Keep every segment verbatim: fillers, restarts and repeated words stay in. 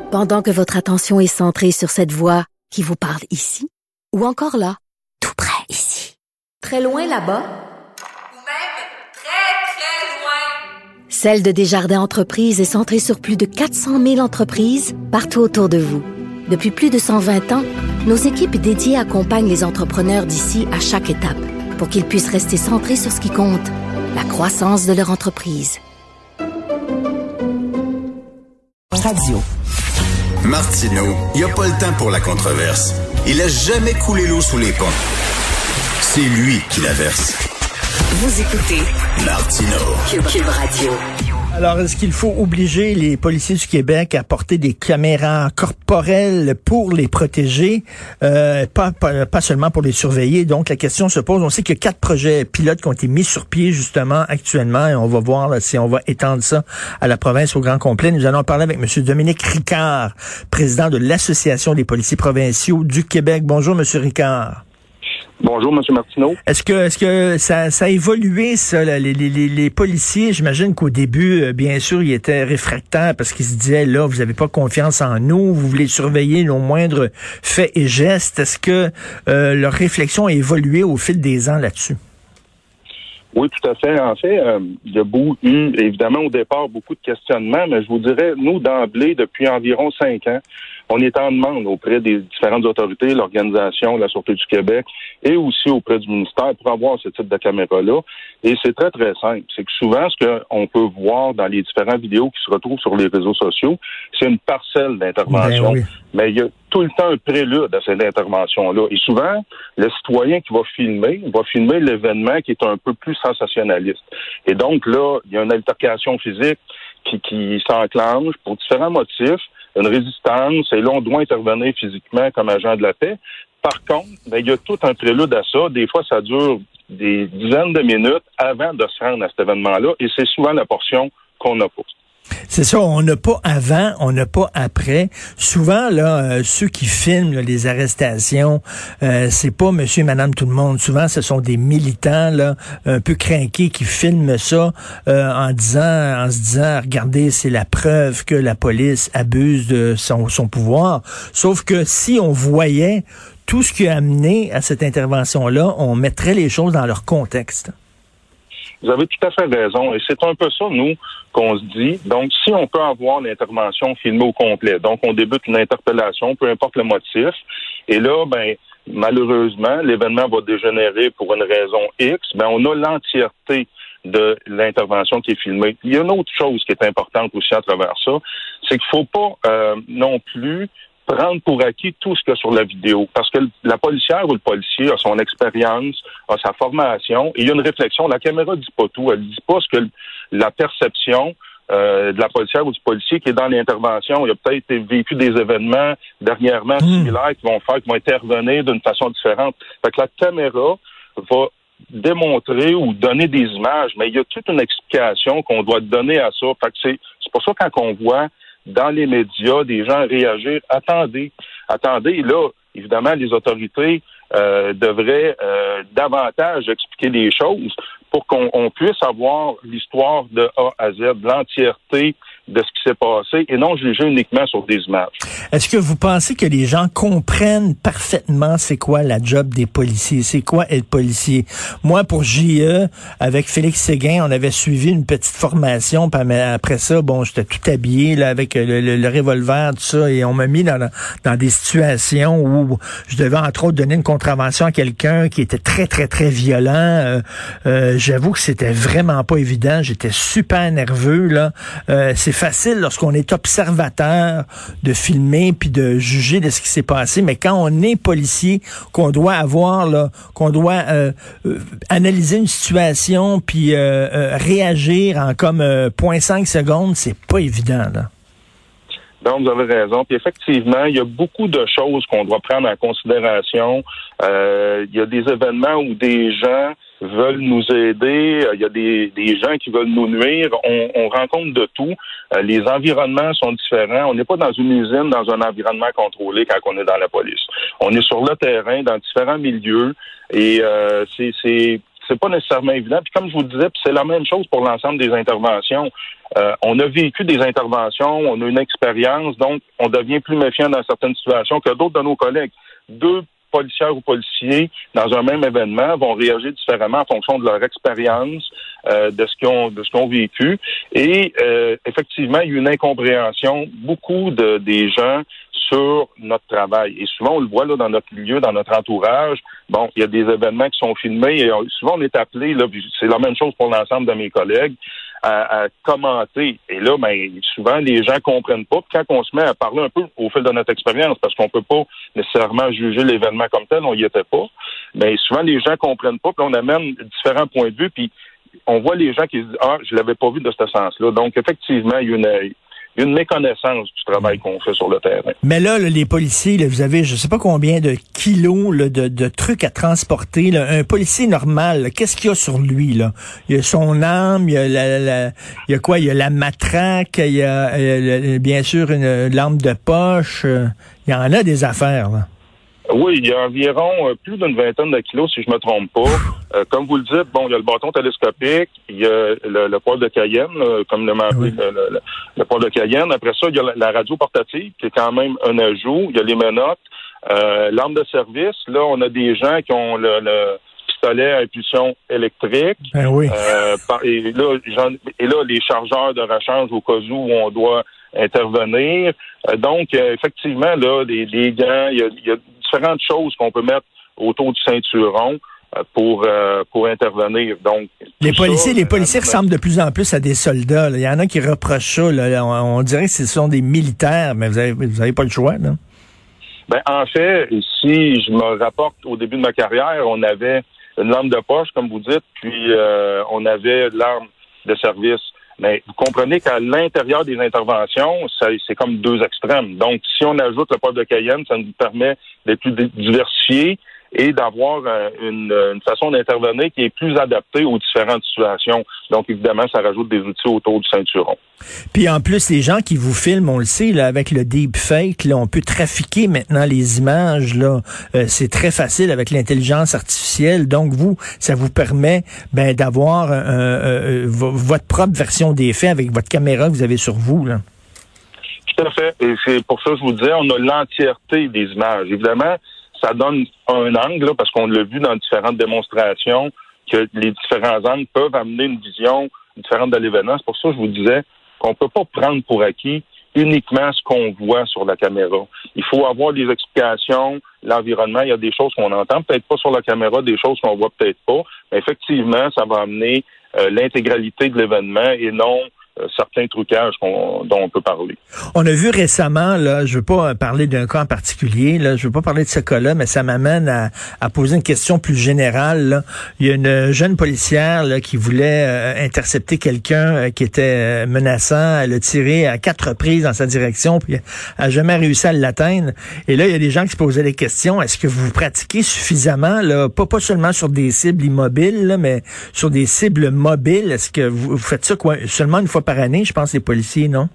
Pendant que votre attention est centrée sur cette voix qui vous parle ici, ou encore là, tout près ici, très loin là-bas, ou même très, très loin, Celle de Desjardins Entreprises est centrée sur plus de quatre cent mille entreprises partout autour de vous. Depuis plus de cent vingt ans, nos équipes dédiées accompagnent les entrepreneurs d'ici à chaque étape pour qu'ils puissent rester centrés sur ce qui compte, la croissance de leur entreprise. Radio. Martineau, il n'y a pas le temps pour la controverse. Il a jamais coulé l'eau sous les ponts. C'est lui qui la verse. Vous écoutez Martineau. Cube, Cube Radio. Alors, est-ce qu'il faut obliger les policiers du Québec à porter des caméras corporelles pour les protéger, euh, pas, pas, pas seulement pour les surveiller? Donc, la question se pose. On sait qu'il y a quatre projets pilotes qui ont été mis sur pied, justement, actuellement, et on va voir là, si on va étendre ça à la province au grand complet. Nous allons parler avec M. Dominique Ricard, président de l'Association des policiers provinciaux du Québec. Bonjour, M. Ricard. Bonjour, M. Martineau. Est-ce que est-ce que ça, ça a évolué, ça, là, les, les, les policiers? J'imagine qu'au début, bien sûr, ils étaient réfractaires parce qu'ils se disaient, là, vous n'avez pas confiance en nous, vous voulez surveiller nos moindres faits et gestes. Est-ce que euh, leur réflexion a évolué au fil des ans là-dessus? Oui, tout à fait. En fait, euh, il y a beaucoup, eu, évidemment, au départ, beaucoup de questionnements, mais je vous dirais, nous, d'emblée, depuis environ cinq ans, on est en demande auprès des différentes autorités, l'Organisation, la Sûreté du Québec, et aussi auprès du ministère pour avoir ce type de caméra-là. Et c'est très, très simple. C'est que souvent, ce qu'on peut voir dans les différentes vidéos qui se retrouvent sur les réseaux sociaux, c'est une parcelle d'intervention. Ben oui. Mais il y a tout le temps un prélude à cette intervention-là. Et souvent, le citoyen qui va filmer, va filmer l'événement qui est un peu plus sensationnaliste. Et donc là, il y a une altercation physique qui, qui s'enclenche pour différents motifs, une résistance, et là, on doit intervenir physiquement comme agent de la paix. Par contre, ben, il y a tout un prélude à ça. Des fois, ça dure des dizaines de minutes avant de se rendre à cet événement-là, et c'est souvent la portion qu'on n'a pas. C'est ça, on n'a pas avant, on n'a pas après. Souvent, là, euh, ceux qui filment là, les arrestations, euh, c'est pas monsieur et madame tout le monde. Souvent, ce sont des militants là, un peu crinqués qui filment ça euh, en disant, en se disant, regardez, c'est la preuve que la police abuse de son, son pouvoir. Sauf que si on voyait tout ce qui a amené à cette intervention-là, on mettrait les choses dans leur contexte. Vous avez tout à fait raison. Et c'est un peu ça, nous, qu'on se dit. Donc, si on peut avoir l'intervention filmée au complet, donc on débute une interpellation, peu importe le motif, et là, ben, malheureusement, l'événement va dégénérer pour une raison X, ben, on a l'entièreté de l'intervention qui est filmée. Il y a une autre chose qui est importante aussi à travers ça, c'est qu'il faut pas euh, non plus prendre pour acquis tout ce qu'il y a sur la vidéo. Parce que la policière ou le policier a son expérience, a sa formation, et il y a une réflexion. La caméra dit pas tout. Elle dit pas ce que la perception euh, de la policière ou du policier qui est dans l'intervention. Il a peut-être vécu des événements dernièrement mmh. similaires qui vont faire, qui vont intervenir d'une façon différente. Fait que la caméra va démontrer ou donner des images, mais il y a toute une explication qu'on doit donner à ça. Fait que c'est, c'est pour ça quand on voit dans les médias, des gens réagir. Attendez, attendez. Là, évidemment, les autorités euh, devraient euh, davantage expliquer les choses pour qu'on on puisse avoir l'histoire de A à Z, l'entièreté de ce qui s'est passé et non juger uniquement sur des images. Est-ce que vous pensez que les gens comprennent parfaitement c'est quoi la job des policiers? C'est quoi être policier? Moi, pour J E, avec Félix Séguin, on avait suivi une petite formation, puis après ça, bon, j'étais tout habillé là, avec le, le, le revolver, tout ça, et on m'a mis dans, dans des situations où je devais, entre autres, donner une contravention à quelqu'un qui était très, très, très violent. Euh, euh, j'avoue que c'était vraiment pas évident. J'étais super nerveux, là. Euh, c'est facile lorsqu'on est observateur de filmer puis de juger de ce qui s'est passé, mais quand on est policier, qu'on doit avoir là, qu'on doit euh, euh, analyser une situation puis euh, euh, réagir en comme euh, zéro virgule cinq secondes, c'est pas évident là. Donc, vous avez raison. Puis effectivement, il y a beaucoup de choses qu'on doit prendre en considération. Euh, il y a des événements où des gens veulent nous aider, il y a des, des gens qui veulent nous nuire, on, on rencontre de tout. Euh, les environnements sont différents. On n'est pas dans une usine, dans un environnement contrôlé quand on est dans la police. On est sur le terrain, dans différents milieux, et euh, c'est, c'est c'est pas nécessairement évident. Puis comme je vous le disais, puis c'est la même chose pour l'ensemble des interventions. Euh, on a vécu des interventions, on a une expérience, donc on devient plus méfiant dans certaines situations que d'autres de nos collègues. Deux policières ou policiers dans un même événement vont réagir différemment en fonction de leur expérience, euh, de ce qu'ils ont, de ce qu'ils ont vécu. Et euh, effectivement, il y a une incompréhension beaucoup de des gens sur notre travail. Et souvent, on le voit là dans notre milieu, dans notre entourage. Bon, il y a des événements qui sont filmés et souvent on est appelé, là, c'est la même chose pour l'ensemble de mes collègues, à, à commenter. Et là, ben, souvent, les gens comprennent pas. Puis quand on se met à parler un peu au fil de notre expérience, parce qu'on peut pas nécessairement juger l'événement comme tel, on y était pas, mais souvent, les gens comprennent pas. Puis on amène différents points de vue, puis on voit les gens qui se disent « Ah, je l'avais pas vu de ce sens-là ». Donc, effectivement, il y a une... une méconnaissance du travail qu'on fait sur le terrain. Mais là, là les policiers, là, vous avez je sais pas combien de kilos là, de, de trucs à transporter. Là. Un policier normal, là, qu'est-ce qu'il y a sur lui? Là? Il y a son arme, il y a la, la il y a quoi? Il y a la matraque, il y a, il y a bien sûr une, une lampe de poche. Euh, il y en a des affaires. Là. Oui, il y a environ euh, plus d'une vingtaine de kilos, si je me trompe pas. Euh, comme vous le dites, bon, il y a le bâton télescopique, il y a le, le poêle de Cayenne, là, comme le m'a appelé, oui. le, le, le poêle de Cayenne. Après ça, il y a la, la radio portative, qui est quand même un ajout. Il y a les menottes, euh, l'arme de service. Là, on a des gens qui ont le, le pistolet à impulsion électrique. Ben oui. Euh, par, et, là, et là, les chargeurs de rechange au cas où on doit intervenir. Euh, donc, euh, effectivement, là, des, des gants, il y a, il y a différentes choses qu'on peut mettre autour du ceinturon euh, pour euh, pour intervenir. Donc, les policiers, ça, les policiers euh, ressemblent de plus en plus à des soldats. Là. Il y en a qui reprochent ça. Là. On, on dirait que ce sont des militaires, mais vous avez vous avez pas le choix, là. Ben en fait, si je me rapporte au début de ma carrière, on avait une lampe de poche, comme vous dites, puis euh, on avait l'arme de service. Mais vous comprenez qu'à l'intérieur des interventions, ça, c'est comme deux extrêmes. Donc, si on ajoute le poêle de Cayenne, ça nous permet d'être plus diversifié et d'avoir euh, une, une façon d'intervenir qui est plus adaptée aux différentes situations. Donc, évidemment, ça rajoute des outils autour du ceinturon. Puis en plus, les gens qui vous filment, on le sait, là, avec le deepfake, là, on peut trafiquer maintenant les images. Là, euh, c'est très facile avec l'intelligence artificielle. Donc vous, ça vous permet ben, d'avoir euh, euh, votre propre version des faits avec votre caméra que vous avez sur vous. Là. Tout à fait. Et c'est pour ça que je vous disais, on a l'entièreté des images. Évidemment, ça donne un angle, là, parce qu'on l'a vu dans différentes démonstrations, que les différents angles peuvent amener une vision différente de l'événement. C'est pour ça que je vous disais qu'on ne peut pas prendre pour acquis uniquement ce qu'on voit sur la caméra. Il faut avoir des explications, l'environnement. Il y a des choses qu'on entend peut-être pas sur la caméra, des choses qu'on voit peut-être pas. Mais effectivement, ça va amener euh, l'intégralité de l'événement et non certains trucages qu'on, dont on peut parler. On a vu récemment, là, je veux pas parler d'un cas en particulier, là, je veux pas parler de ce cas-là, mais ça m'amène à, à poser une question plus générale. Là. Il y a une jeune policière là, qui voulait euh, intercepter quelqu'un euh, qui était euh, menaçant. Elle a tiré à quatre reprises dans sa direction, puis elle a jamais réussi à l'atteindre. Et là, il y a des gens qui se posaient des questions. Est-ce que vous pratiquez suffisamment, là, pas, pas seulement sur des cibles immobiles, là, mais sur des cibles mobiles? Est-ce que vous, vous faites ça quoi, seulement une fois par année, je pense, les policiers, non?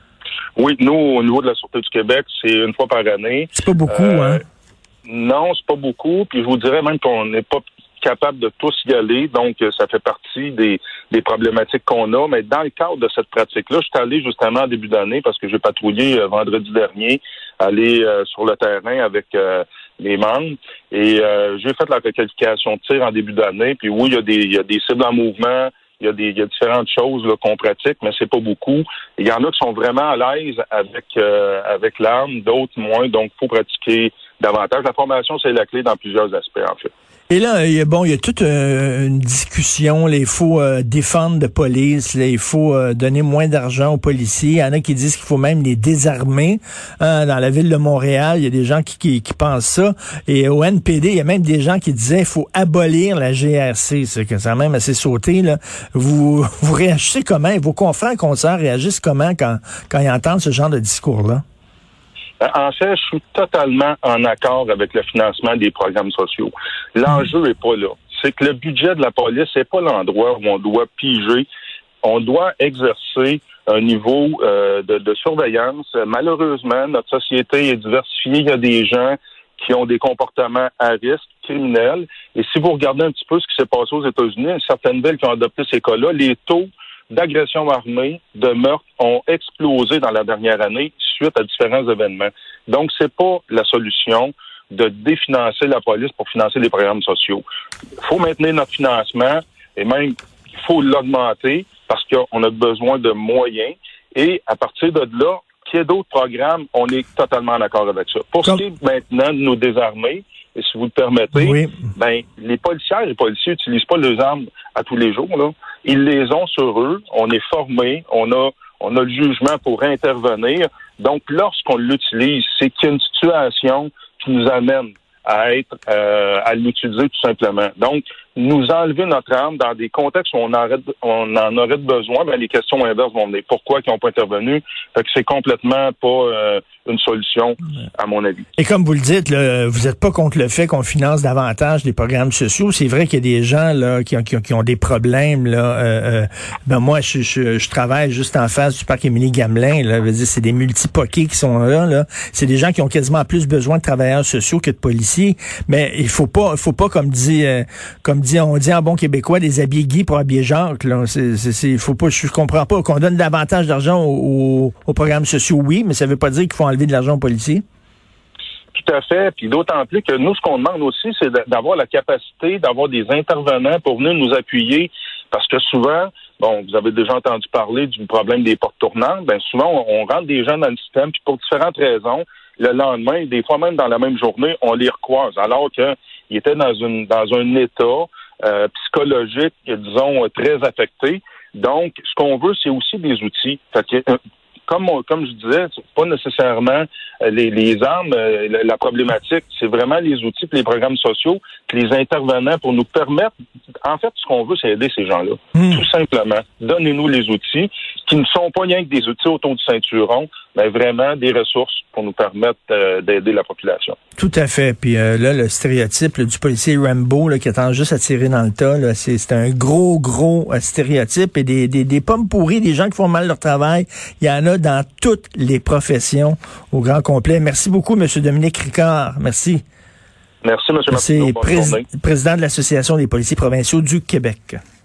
Oui, nous, au niveau de la Sûreté du Québec, c'est une fois par année. C'est pas beaucoup, euh, hein? Non, c'est pas beaucoup. Puis je vous dirais même qu'on n'est pas capable de tous y aller. Donc, ça fait partie des, des problématiques qu'on a. Mais dans le cadre de cette pratique-là, je suis allé justement en début d'année parce que j'ai patrouillé euh, vendredi dernier, aller euh, sur le terrain avec euh, les membres. Et euh, j'ai fait la requalification de tir en début d'année. Puis oui, il y a des, il y a des cibles en mouvement. Il y a des, il y a différentes choses là, qu'on pratique, mais c'est pas beaucoup. Il y en a qui sont vraiment à l'aise avec euh, avec l'arme, d'autres moins. Donc, il faut pratiquer davantage. La formation, c'est la clé dans plusieurs aspects, en fait. Et là, il y a, bon, il y a toute euh, une discussion. Là, il faut euh, défendre de police. Là, il faut euh, donner moins d'argent aux policiers. Il y en a qui disent qu'il faut même les désarmer. Hein, dans la ville de Montréal, il y a des gens qui, qui, qui pensent ça. Et au N P D, il y a même des gens qui disaient qu'il faut abolir la G R C. C'est que ça a même assez sauté. Là. Vous, vous réagissez comment? Vos confrères et consoeurs réagissent comment quand, quand ils entendent ce genre de discours-là? En fait, je suis totalement en accord avec le financement des programmes sociaux. L'enjeu n'est pas là. C'est que le budget de la police, c'est pas l'endroit où on doit piger. On doit exercer un niveau euh, de, de surveillance. Malheureusement, notre société est diversifiée. Il y a des gens qui ont des comportements à risque, criminels. Et si vous regardez un petit peu ce qui s'est passé aux États-Unis, certaines villes qui ont adopté ces cas-là, les taux d'agression armée, de meurtre ont explosé dans la dernière année suite à différents événements. Donc, c'est pas la solution de définancer la police pour financer les programmes sociaux. Il faut maintenir notre financement et même il faut l'augmenter parce qu'on a besoin de moyens. Et à partir de là, qu'il y ait d'autres programmes, on est totalement d'accord avec ça. Pour Comme... ce qui est maintenant de nous désarmer, et si vous le permettez, oui. ben les policières et les policiers n'utilisent pas leurs armes à tous les jours, là. Ils les ont sur eux, on est formés, on a on a le jugement pour intervenir. Donc, lorsqu'on l'utilise, c'est qu'il y a une situation qui nous amène à être euh, à l'utiliser tout simplement. Donc, nous enlever notre arme dans des contextes où on, arrête, on en aurait besoin, ben les questions inverses vont venir. Pourquoi ils n'ont pas intervenu? Fait que c'est complètement pas euh, une solution, à mon avis. Et comme vous le dites, là, vous n'êtes pas contre le fait qu'on finance davantage des programmes sociaux. C'est vrai qu'il y a des gens là qui ont, qui ont, qui ont des problèmes. Là. Euh, euh, ben moi, je, je, je travaille juste en face du parc Émilie-Gamelin. Là. Je veux dire, c'est des multipoqués qui sont là. là. C'est des gens qui ont quasiment plus besoin de travailleurs sociaux que de policiers. Mais il faut pas, faut pas comme dit, euh, comme dit, on dit en bon québécois, des habillés Guy pour habiller Jacques. Là. C'est, c'est, c'est, faut pas, je comprends pas qu'on donne davantage d'argent aux, aux programmes sociaux, oui, mais ça veut pas dire qu'il faut enlever de l'argent aux policiers. Tout à fait. Puis d'autant plus que nous, ce qu'on demande aussi, c'est d'avoir la capacité d'avoir des intervenants pour venir nous appuyer. Parce que souvent, bon, vous avez déjà entendu parler du problème des portes tournantes. Ben souvent, on, on rentre des gens dans le système, puis pour différentes raisons, le lendemain, des fois même dans la même journée, on les recroise, alors qu'ils étaient dans une dans un état euh, psychologique, disons, très affecté. Donc, ce qu'on veut, c'est aussi des outils. Fait que, euh, Comme, on, comme je disais, c'est pas nécessairement euh, les, les armes, euh, la, la problématique, c'est vraiment les outils et les programmes sociaux, puis les intervenants pour nous permettre, en fait, ce qu'on veut, c'est aider ces gens-là. Mmh. Tout simplement. Donnez-nous les outils qui ne sont pas rien que des outils autour du ceinturon, mais vraiment des ressources pour nous permettre euh, d'aider la population. Tout à fait. Puis euh, là, le stéréotype là, du policier Rambo là, qui attend juste à tirer dans le tas, là, c'est, c'est un gros, gros euh, stéréotype. Et des, des, des pommes pourries, des gens qui font mal leur travail, il y en a dans toutes les professions au grand complet. Merci beaucoup, M. Dominique Ricard. Merci. Merci, M. Martineau. C'est pré- président de l'Association des policiers provinciaux du Québec.